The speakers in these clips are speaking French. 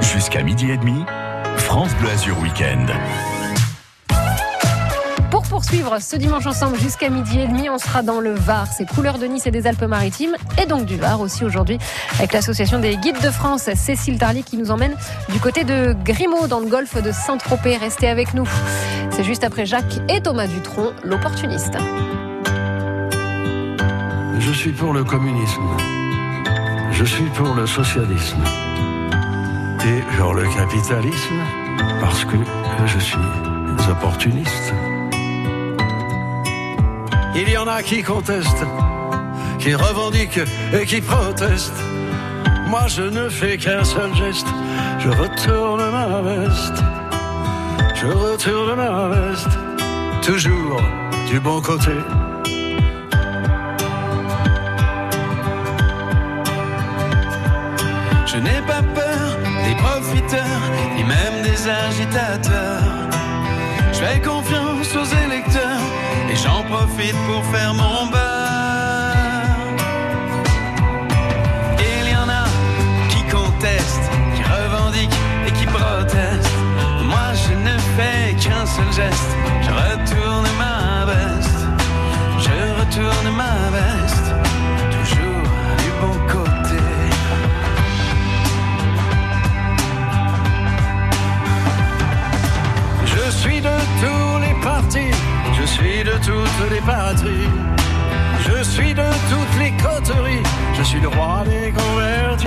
Jusqu'à 12h30, France Bleu Azur Week-end. Pour poursuivre ce dimanche ensemble jusqu'à 12h30, on sera dans le Var, c'est Couleurs de Nice et des Alpes-Maritimes, et donc du Var aussi aujourd'hui, avec l'association des guides de France, Cécile Tarlier, qui nous emmène du côté de Grimaud, dans le golfe de Saint-Tropez. Restez avec nous. C'est juste après Jacques et Thomas Dutronc, l'opportuniste. Je suis pour le communisme. Je suis pour le socialisme. Et pour le capitalisme, parce que je suis opportuniste. Il y en a qui contestent, qui revendiquent et qui protestent. Moi je ne fais qu'un seul geste, je retourne ma veste. Je retourne ma veste, toujours du bon côté. Je n'ai pas peur des profiteurs, ni même des agitateurs. Je fais confiance aux électeurs et j'en profite pour faire mon beurre. Il y en a qui contestent, qui revendiquent et qui protestent. Moi je ne fais qu'un seul geste, je retourne ma veste. Je retourne ma veste, toujours du bon côté. Je suis de tous les partis, je suis de toutes les patries, je suis de toutes les coteries, je suis le roi des convertis.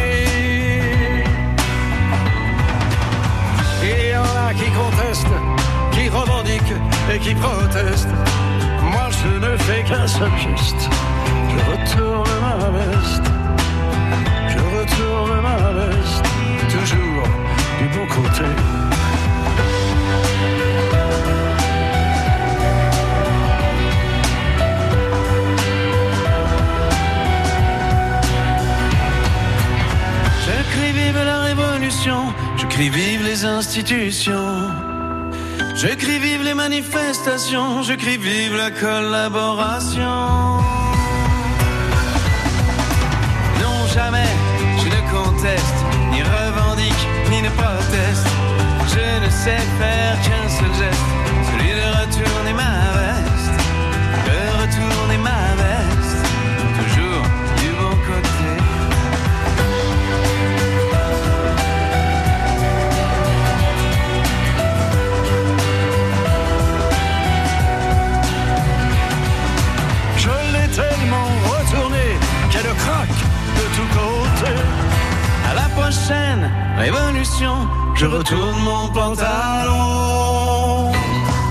Il y en a qui contestent, qui revendiquent et qui protestent. Moi je ne fais qu'un seul geste, je retourne ma veste. Je retourne ma veste, toujours du bon côté. Je crie vive la révolution, je crie vive les institutions. Je crie vive les manifestations, je crie vive la collaboration. Non, jamais je ne conteste, ni revendique, ni ne proteste. Je ne sais faire qu'un seul geste, celui de retourner ma veste. De retourner ma veste, toujours du bon côté. Je l'ai tellement retourné qu'elle craque de tous côtés. À la prochaine révolution, je retourne mon pantalon.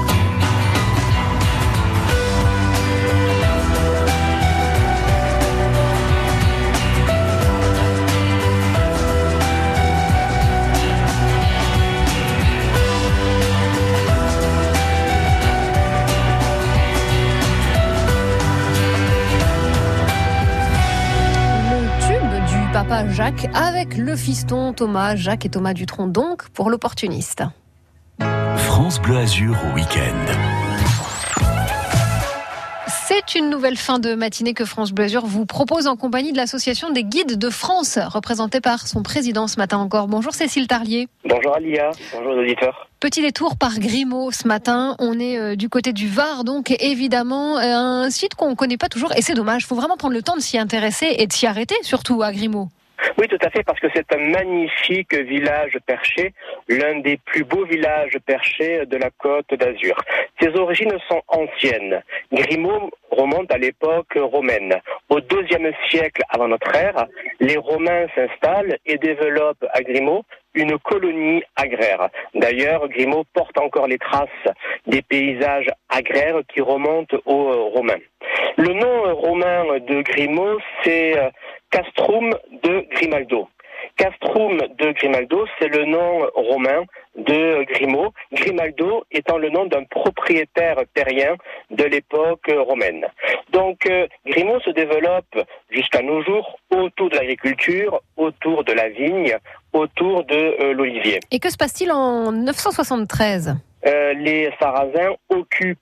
Papa Jacques avec le fiston Thomas, Jacques et Thomas Dutronc donc pour l'opportuniste. France Bleu Azur au week-end. C'est une nouvelle fin de matinée que France Bleu Azur vous propose en compagnie de l'association des guides de France, représentée par son président ce matin encore. Bonjour Cécile Tarlier. Bonjour Alia, bonjour aux auditeurs. Petit détour par Grimaud ce matin, on est du côté du Var, donc évidemment un site qu'on ne connaît pas toujours et c'est dommage, il faut vraiment prendre le temps de s'y intéresser et de s'y arrêter, surtout à Grimaud. Oui, tout à fait, parce que c'est un magnifique village perché, l'un des plus beaux villages perchés de la Côte d'Azur. Ses origines sont anciennes. Grimaud remonte à l'époque romaine. Au IIe siècle avant notre ère, les Romains s'installent et développent à Grimaud une colonie agraire. D'ailleurs, Grimaud porte encore les traces des paysages agraires qui remontent aux Romains. Le nom romain de Grimaud, c'est Castrum de Grimaldo. Castrum de Grimaldo, c'est le nom romain de Grimaud, Grimaldo étant le nom d'un propriétaire terrien de l'époque romaine. Donc Grimaud se développe jusqu'à nos jours autour de l'agriculture, autour de la vigne, autour de l'olivier. Et que se passe-t-il en 973 ? Les Sarrasins occupent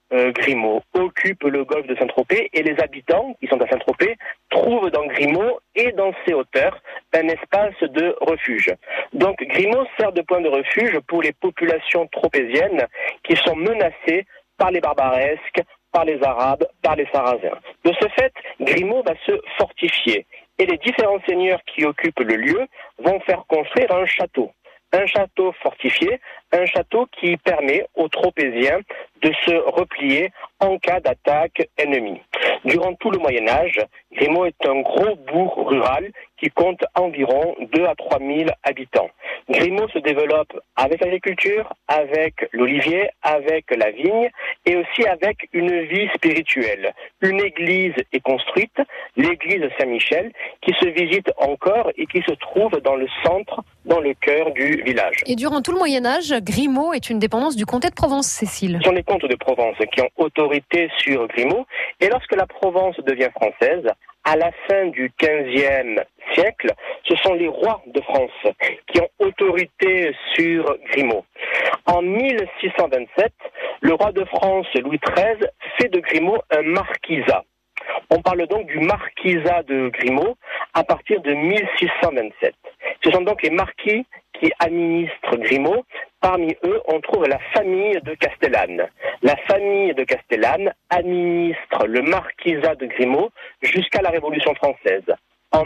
Grimaud, occupe le golfe de Saint-Tropez et les habitants qui sont à Saint-Tropez trouvent dans Grimaud et dans ses hauteurs un espace de refuge. Donc Grimaud sert de point de refuge pour les populations tropéziennes qui sont menacées par les barbaresques, par les Arabes, par les Sarrasins. De ce fait, Grimaud va se fortifier et les différents seigneurs qui occupent le lieu vont faire construire un château. Un château fortifié, un château qui permet aux Tropéziens de se replier en cas d'attaque ennemie. Durant tout le Moyen-Âge, Grimaud est un gros bourg rural qui compte environ 2 à 3 000 habitants. Grimaud se développe avec l'agriculture, avec l'olivier, avec la vigne et aussi avec une vie spirituelle. Une église est construite, l'église Saint-Michel, qui se visite encore et qui se trouve dans le centre, dans le cœur du village. Et durant tout le Moyen-Âge, Grimaud est une dépendance du comté de Provence, Cécile. Ce sont les comtes de Provence qui ont autorité sur Grimaud. Et lorsque la Provence devient française, à la fin du XVe siècle, ce sont les rois de France qui ont autorité sur Grimaud. En 1627, le roi de France, Louis XIII, fait de Grimaud un marquisat. On parle donc du marquisat de Grimaud à partir de 1627. Ce sont donc les marquis qui administrent Grimaud. Parmi eux, on trouve la famille de Castellane. La famille de Castellane administre le marquisat de Grimaud jusqu'à la Révolution française. En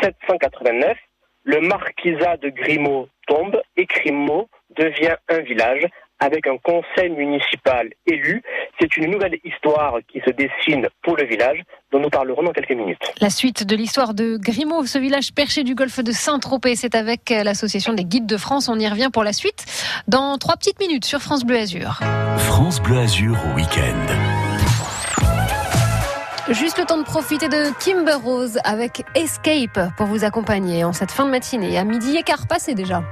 1789, le marquisat de Grimaud tombe et Grimaud devient un village avec un conseil municipal élu. C'est une nouvelle histoire qui se dessine pour le village, dont nous parlerons dans quelques minutes. La suite de l'histoire de Grimaud, ce village perché du golfe de Saint-Tropez, c'est avec l'association des Guides de France. On y revient pour la suite dans 3 petites minutes sur France Bleu Azur. France Bleu Azur au week-end. Juste le temps de profiter de Kimber Rose avec Escape pour vous accompagner en cette fin de matinée. À midi et quart passé déjà.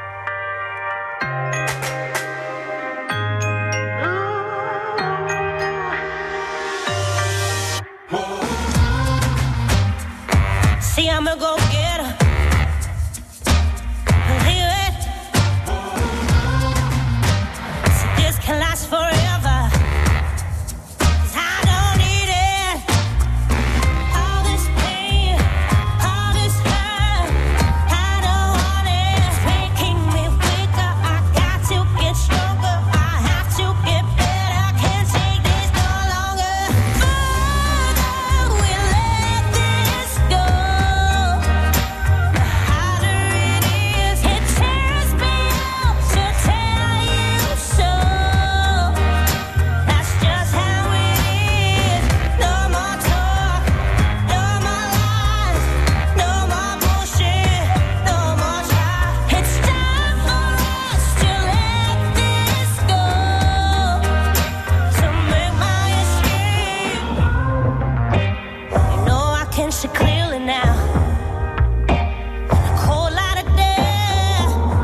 See, I'm a go-getter. Believe it. So this can last forever. 'Cause I don't need it. All this pain, all this hurt, I don't want it. It's making me weaker. I got to get stronger. I have to get better. I can't take this no longer. Further we let this go, the harder it is. It tears me up to tell you so. That's just how it is. No more talk, no more lies, no more bullshit, no more try. It's time for us to let this go, to make my escape. You know I can see clearly now. A cold light of day.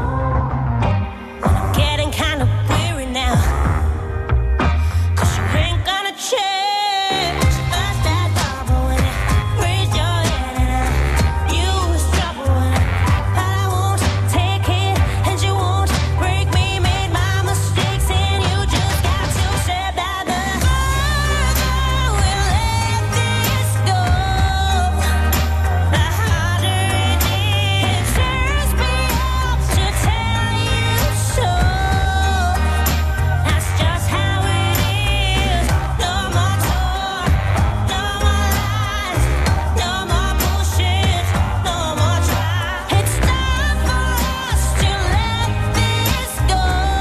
I'm getting kind of weary now. 'Cause you ain't gonna change. First that bubble when it raised your head and you was trouble when but I won't take it and you won't break me. Made my mistakes and you just got to say that the further we let this go, the harder it is. Tears me up to tell you so. That's just how it is. No more talk, no more lies, no more bullshit, no more try. It's time for us to let this go,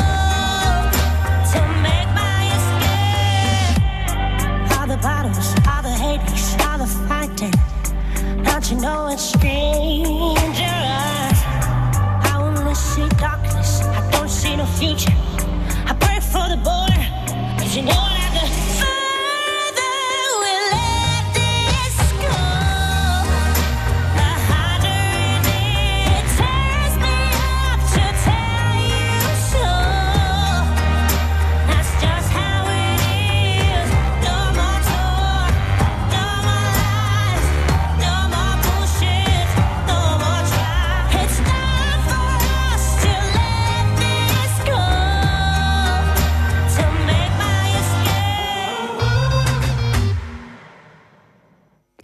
to make my escape. All the bottles, all the haters, all the fighting. Don't you know it's dangerous? I only see darkness, I don't see no future. I pray for the border, 'cause you know that the further we let this go, the harder it is. It tears me up to tell you so. That's just how it is. No more talk, no more lies, no more bullshit, no more try. It's time for us to let this go,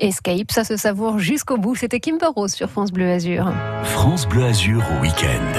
Escape, ça se savoure jusqu'au bout. C'était Kimber Rose sur France Bleu Azur. France Bleu Azur au week-end.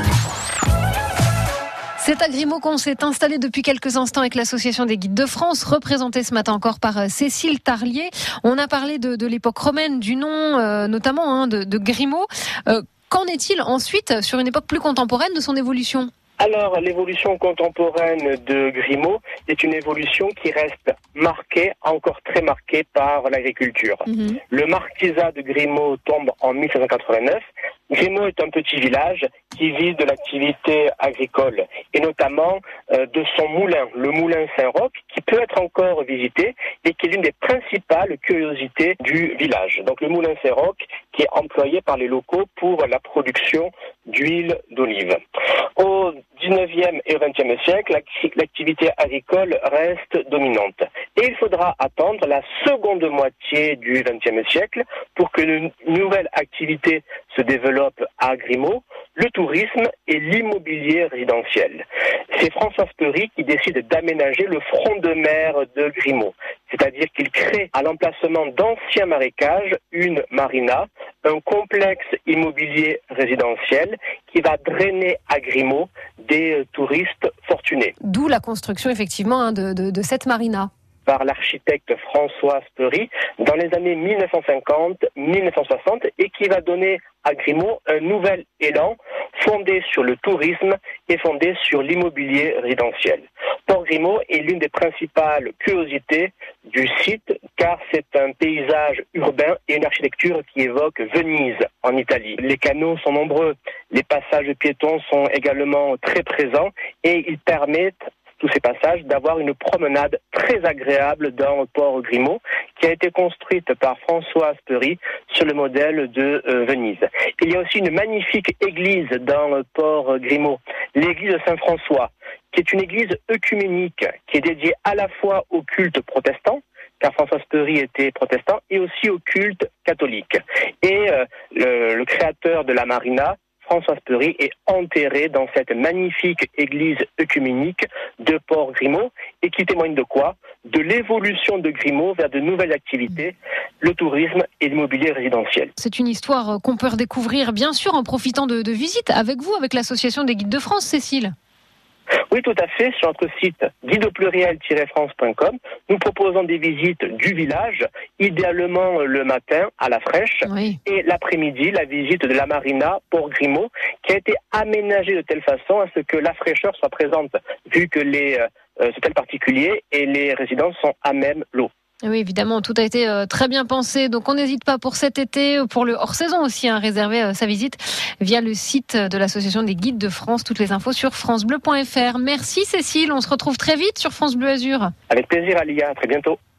C'est à Grimaud qu'on s'est installé depuis quelques instants avec l'Association des Guides de France, représentée ce matin encore par Cécile Tarlier. On a parlé de l'époque romaine, du nom notamment de Grimaud. Qu'en est-il ensuite sur une époque plus contemporaine de son évolution ? Alors, l'évolution contemporaine de Grimaud est une évolution qui reste marquée, encore très marquée par l'agriculture. Le marquisat de Grimaud tombe en 1589. Grimaud est un petit village qui vit de l'activité agricole et notamment de son moulin, le moulin Saint-Roch, qui peut être encore visité et qui est l'une des principales curiosités du village. Donc le moulin Saint-Roch qui est employé par les locaux pour la production d'huile d'olive. Au 19e et au 20e siècle, l'activité agricole reste dominante. Et il faudra attendre la seconde moitié du 20e siècle pour que une nouvelle activité se développe à Grimaud, le tourisme et l'immobilier résidentiel. C'est François Speury qui décide d'aménager le front de mer de Grimaud. C'est-à-dire qu'il crée à l'emplacement d'anciens marécages une marina, un complexe immobilier résidentiel qui va drainer à Grimaud des touristes fortunés. D'où la construction effectivement de cette marina. Par l'architecte François Speury dans les années 1950-1960 et qui va donner à Grimaud un nouvel élan fondé sur le tourisme et fondé sur l'immobilier résidentiel. Port Grimaud est l'une des principales curiosités du site car c'est un paysage urbain et une architecture qui évoque Venise en Italie. Les canaux sont nombreux, les passages piétons sont également très présents et ils permettent tous ces passages, d'avoir une promenade très agréable dans Port Grimaud, qui a été construite par François Speury sur le modèle de Venise. Il y a aussi une magnifique église dans Port Grimaud, l'église Saint-François, qui est une église œcuménique, qui est dédiée à la fois au culte protestant, car François Speury était protestant, et aussi au culte catholique. Et le créateur de la marina, François Speury, est enterré dans cette magnifique église œcuménique de Port Grimaud et qui témoigne de quoi ? De l'évolution de Grimaud vers de nouvelles activités, le tourisme et l'immobilier résidentiel. C'est une histoire qu'on peut redécouvrir bien sûr en profitant de visites avec vous, avec l'Association des Guides de France, Cécile. Oui, tout à fait. Sur notre site guide-au-pluriel-france.com, nous proposons des visites du village, idéalement le matin à la fraîche, et l'après-midi, la visite de la marina Port Grimaud, qui a été aménagée de telle façon à ce que la fraîcheur soit présente, vu que les hôtels particuliers et les résidences sont à même l'eau. Oui, évidemment, tout a été très bien pensé. Donc, on n'hésite pas pour cet été, pour le hors-saison aussi, à réserver sa visite via le site de l'Association des Guides de France. Toutes les infos sur francebleu.fr. Merci Cécile, on se retrouve très vite sur France Bleu Azur. Avec plaisir Alia, à très bientôt.